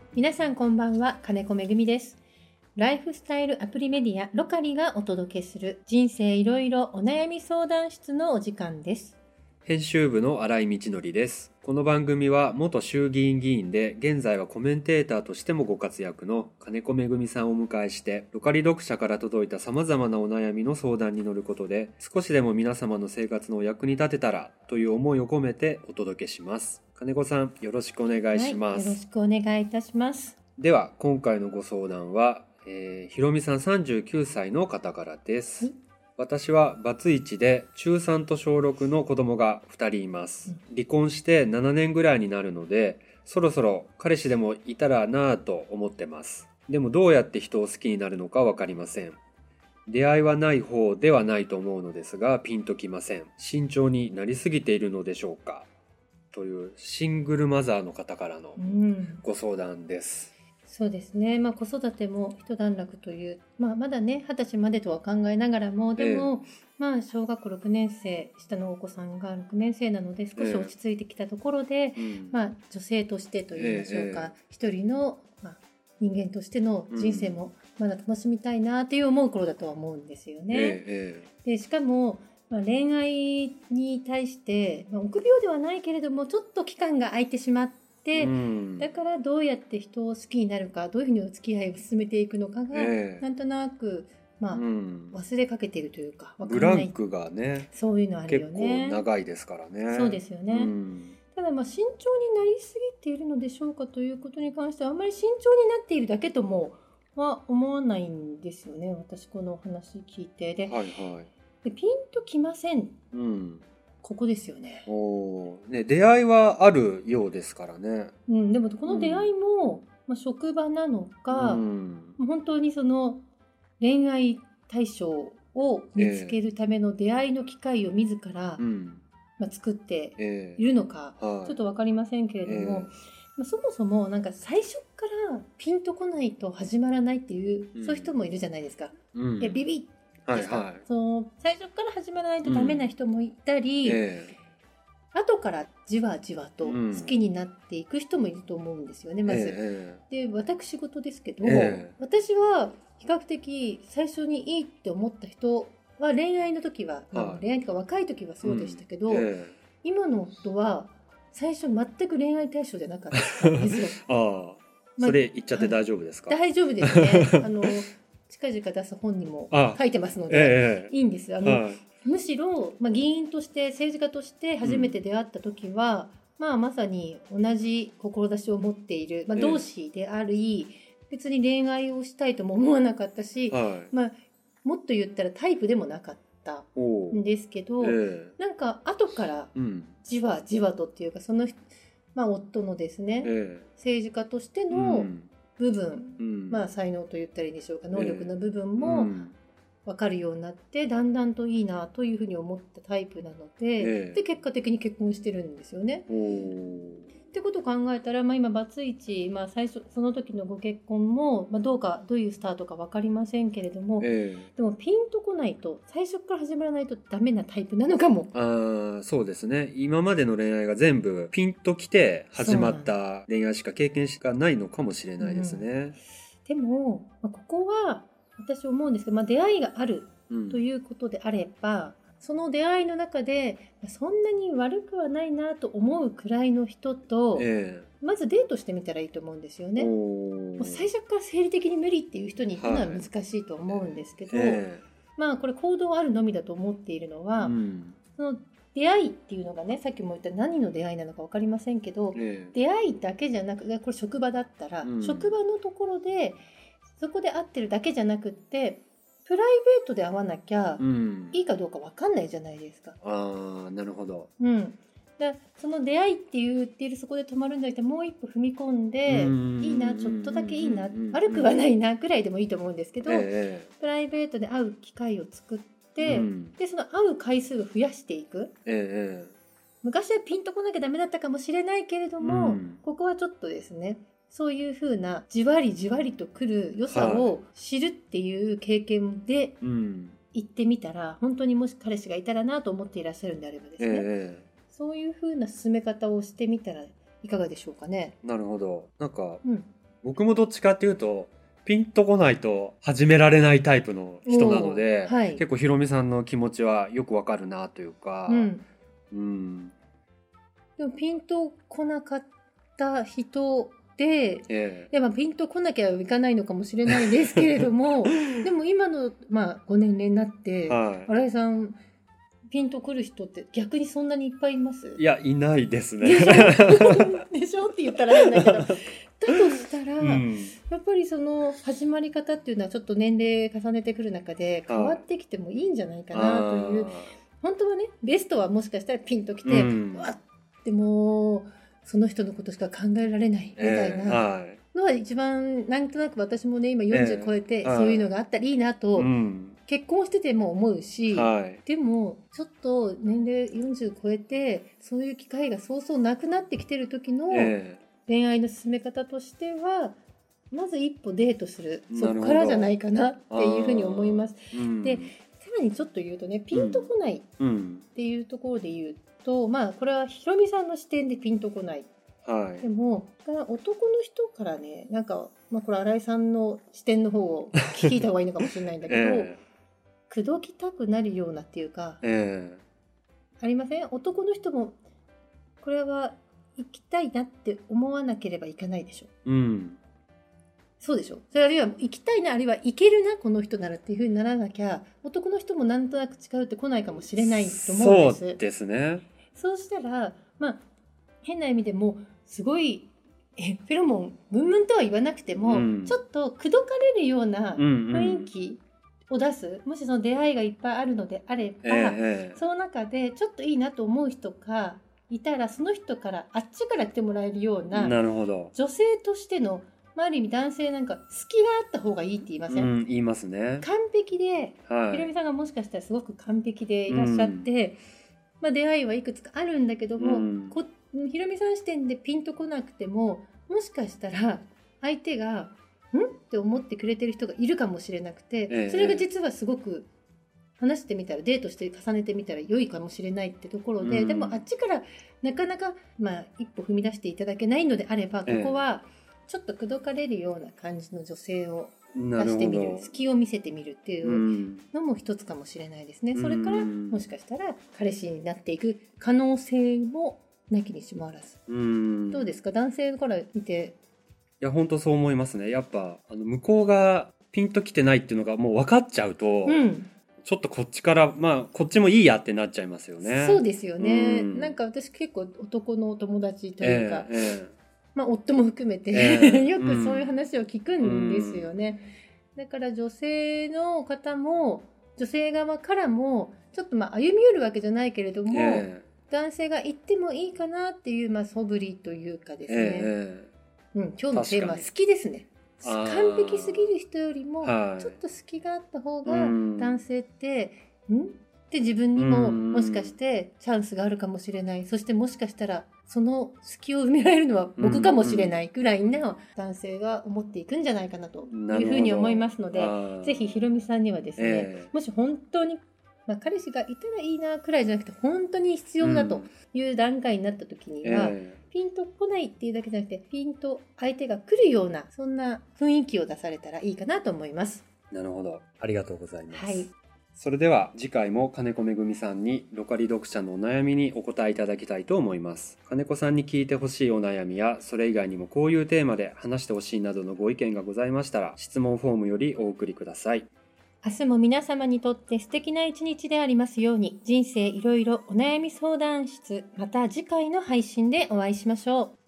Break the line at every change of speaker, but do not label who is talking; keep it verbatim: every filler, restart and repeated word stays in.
皆さんこんばんは、金子めぐみです。ライフスタイルアプリメディアロカリがお届けする人生いろいろお悩み相談室のお時間です。
編集部の新井道則です。この番組は元衆議院議員で現在はコメンテーターとしてもご活躍の金子めぐみさんをお迎えして、ロカリ読者から届いた様々なお悩みの相談に乗ることで、少しでも皆様の生活のお役に立てたらという思いを込めてお届けします。金子さん、よろしくお願いします。
はい、よろしくお願いいたします。
では今回のご相談は、えー、ひろみさんさんじゅうきゅうさいの方からです。はい、私はバツイチで中さんと小ろくの子供がふたりいます。離婚してななねんぐらいになるので、そろそろ彼氏でもいたらなぁと思ってます。でもどうやって人を好きになるのかわかりません。出会いはない方ではないと思うのですが、ピンときません。慎重になりすぎているのでしょうか、というシングルマザーの方からのご相談です。
うん、そうですね、まあ、子育ても一段落という、まあ、まだねはたちまでとは考えながらも、でも、えーまあ、小学校ろくねん生、下のお子さんがろくねん生なので少し落ち着いてきたところで、えーまあ、女性としてといいましょうか、えー、一人の、まあ、人間としての人生もまだ楽しみたいなっていう思う頃だとは思うんですよね。えー、でしかもまあ、恋愛に対して、まあ、臆病ではないけれどもちょっと期間が空いてしまって、うん、だからどうやって人を好きになるか、どういうふうにお付き合いを進めていくのかが、えー、なんとなく、まあうん、忘れかけているというか、
分からない、ブランクがね、
そういうのあるよね。
結構長いですからね。
そうですよね、うん、ただまあ慎重になりすぎているのでしょうかということに関してはあんまり慎重になっているだけともは思わないんですよね、私この話聞いて。で、はいはい、でピンときません、うん、ここですよね。
おね、出会いはあるようですからね、
うん、でもこの出会いも、うんまあ、職場なのか、うん、本当にその恋愛対象を見つけるための出会いの機会を自ら、えーうんまあ、作っているのか、えー、ちょっと分かりませんけれども、えーまあ、そもそもなんか最初からピンとこないと始まらないっていう、うん、そういう人もいるじゃないですか、うん、いやビビッはいはい、その最初から始まらないとダメな人もいたり、うんえー、後からじわじわと好きになっていく人もいると思うんですよね、まず、えー、で私事ですけど、えー、私は比較的最初にいいって思った人は恋愛の時は、まあ、恋愛とか若い時はそうでしたけど、うんえー、今の夫は最初全く恋愛対象じゃなかったんですよ
あ、まあ、それ言っちゃって大丈夫ですか？
大丈夫ですねあの近々出す本にも書いてますので、ええ、いいんです。あの、はい、むしろ、まあ、議員として政治家として初めて出会った時は、うんまあ、まさに同じ志を持っている、まあ、同志であり、ええ、別に恋愛をしたいとも思わなかったし、はいまあ、もっと言ったらタイプでもなかったんですけど、ええ、なんか後からじわじわとっていうか、その、まあ、夫のですね、ええ、政治家としての、うん部分、うんまあ、才能と言ったらいいでしょうか、能力の部分も分かるようになって、えー、だんだんといいなというふうに思ったタイプなので、えー、で結果的に結婚してるんですよね。ってことを考えたら、まあ、今バツイチ、まあ、最初その時のご結婚も、まあ、どうかどういうスタートか分かりませんけれども、えー、でもピンとこないと、最初から始まらないとダメなタイプなのかも。
あ、そうですね、今までの恋愛が全部ピンときて始まった恋愛しか経験しかないのかもしれないですね、うん、
でも、まあ、ここは私思うんですけど、まあ、出会いがあるということであれば、うんその出会いの中でそんなに悪くはないなと思うくらいの人と、えー、まずデートしてみたらいいと思うんですよね。もう最初から生理的に無理っていう人に行くのは難しいと思うんですけど、はいえー、まあこれ行動あるのみだと思っているのは、うん、その出会いっていうのがね、さっきも言った何の出会いなのか分かりませんけど、えー、出会いだけじゃなくて、これ職場だったら、うん、職場のところでそこで会ってるだけじゃなくってプライベートで会わなきゃいいかどうか分かんないじゃないですか、
うん、ああなるほど、
うん、だその出会いって言っているそこで止まるんじゃなくて、もう一歩踏み込んでいいな、ちょっとだけいいな、悪くはないなぐらいでもいいと思うんですけど、えー、プライベートで会う機会を作って、うん、でその会う回数を増やしていく、えー、昔はピンとこなきゃダメだったかもしれないけれども、うん、ここはちょっとですね、そういう風なじわりじわりとくる良さを知るっていう経験で行ってみたら、はい、本当にもし彼氏がいたらなと思っていらっしゃるんであればですね、えー、そういう風な進め方をしてみたらいかがでしょうかね。
なるほど。なんか、うん、 僕もどっちかっていうとピンとこないと始められないタイプの人なので、はい、結構ひろみさんの気持ちはよくわかるなというか、うんうん、
でもピンとこなかった人で、ええ、でもピンとこなきゃいかないのかもしれないですけれどもでも今の、まあ、ご年齢になって、はい、新井さんピンとくる人って逆にそんなにいっぱいいます？
いや、いないですね。
でしょでしょって言ったら変だけどだとしたら、うん、やっぱりその始まり方っていうのはちょっと年齢重ねてくる中で変わってきてもいいんじゃないかなという、本当はねベストはもしかしたらピンときて、うん、わってもうその人のことしか考えられないみたいなのは一番なんとなく私もね今よんじゅう超えてそういうのがあったらいいなと、えーうん結婚してても思うし、はい、でもちょっと年齢よんじゅう超えてそういう機会がそうそうなくなってきてる時の恋愛の進め方としては、まず一歩デートする、そこからじゃないかなっていうふうに思います。うん、でさらにちょっと言うとねピンとこないっていうところで言うと、うん、まあこれはひろみさんの視点でピンとこない、はい、でも男の人からねなんか、まあ、これ新井さんの視点の方を聞いた方がいいのかもしれないんだけど、えー口説きたくなるようなっていうか、えー、ありません？男の人もこれは行きたいなって思わなければいかないでしょ、うん、そうでしょ。それあるいは行きたいなあるいは行けるなこの人ならっていう風にならなきゃ男の人もなんとなく近寄ってこないかもしれないと思うんです。
そうですね。
そうしたらまあ変な意味でもすごいえフェロモンムンムンとは言わなくても、うん、ちょっと口説かれるような雰囲気、うんうんを出す、もしその出会いがいっぱいあるのであれば、えー、その中でちょっといいなと思う人がいたらその人からあっちから来てもらえるような、
なるほど
女性としての、まあ、ある意味男性なんか隙があった方がいいって言いません？うん、
言いますね。
完璧で、はい、ひろみさんがもしかしたらすごく完璧でいらっしゃって、うんまあ、出会いはいくつかあるんだけども、うん、こひろみさん視点でピンとこなくてももしかしたら相手がんって思ってくれてる人がいるかもしれなくて、ええ、それが実はすごく話してみたらデートして重ねてみたら良いかもしれないってところで、うん、でもあっちからなかなか、まあ、一歩踏み出していただけないのであれば、ここはちょっと口説かれるような感じの女性を出してみる、隙を見せてみるっていうのも一つかもしれないですね、うん、それからもしかしたら彼氏になっていく可能性もなきにしもあらず、うん、どうですか男性から見て。
いや本当そう思いますね。やっぱあの向こうがピンときてないっていうのがもう分かっちゃうと、うん、ちょっとこっちからまあこっちもいいやってなっちゃいますよね。
そうですよね、うん、なんか私結構男の友達というか、えーえー、まあ夫も含めて、えー、よくそういう話を聞くんですよね、うん、だから女性の方も女性側からもちょっとまあ歩み寄るわけじゃないけれども、えー、男性が行ってもいいかなっていうまあ素振りというかですね、えーうん、今日のテーマは好きですね。完璧すぎる人よりもちょっと好きがあった方が男性って、はい、んって自分にももしかしてチャンスがあるかもしれない、そしてもしかしたらその隙を埋められるのは僕かもしれないくらいな男性が思っていくんじゃないかなというふうに思いますので、ぜひひろみさんにはですね、えー、もし本当にまあ、彼氏がいたらいいなくらいじゃなくて本当に必要だという段階になった時には、うんえー、ピンと来ないっていうだけじゃなくてピンと相手が来るようなそんな雰囲気を出されたらいいかなと思います。
なるほど、ありがとうございます、はい、それでは次回も金子めぐみさんにロカリ読者のお悩みにお答えいただきたいと思います。金子さんに聞いてほしいお悩みやそれ以外にもこういうテーマで話してほしいなどのご意見がございましたら質問フォームよりお送りください。
明日も皆様にとって素敵な一日でありますように。人生いろいろお悩み相談室、また次回の配信でお会いしましょう。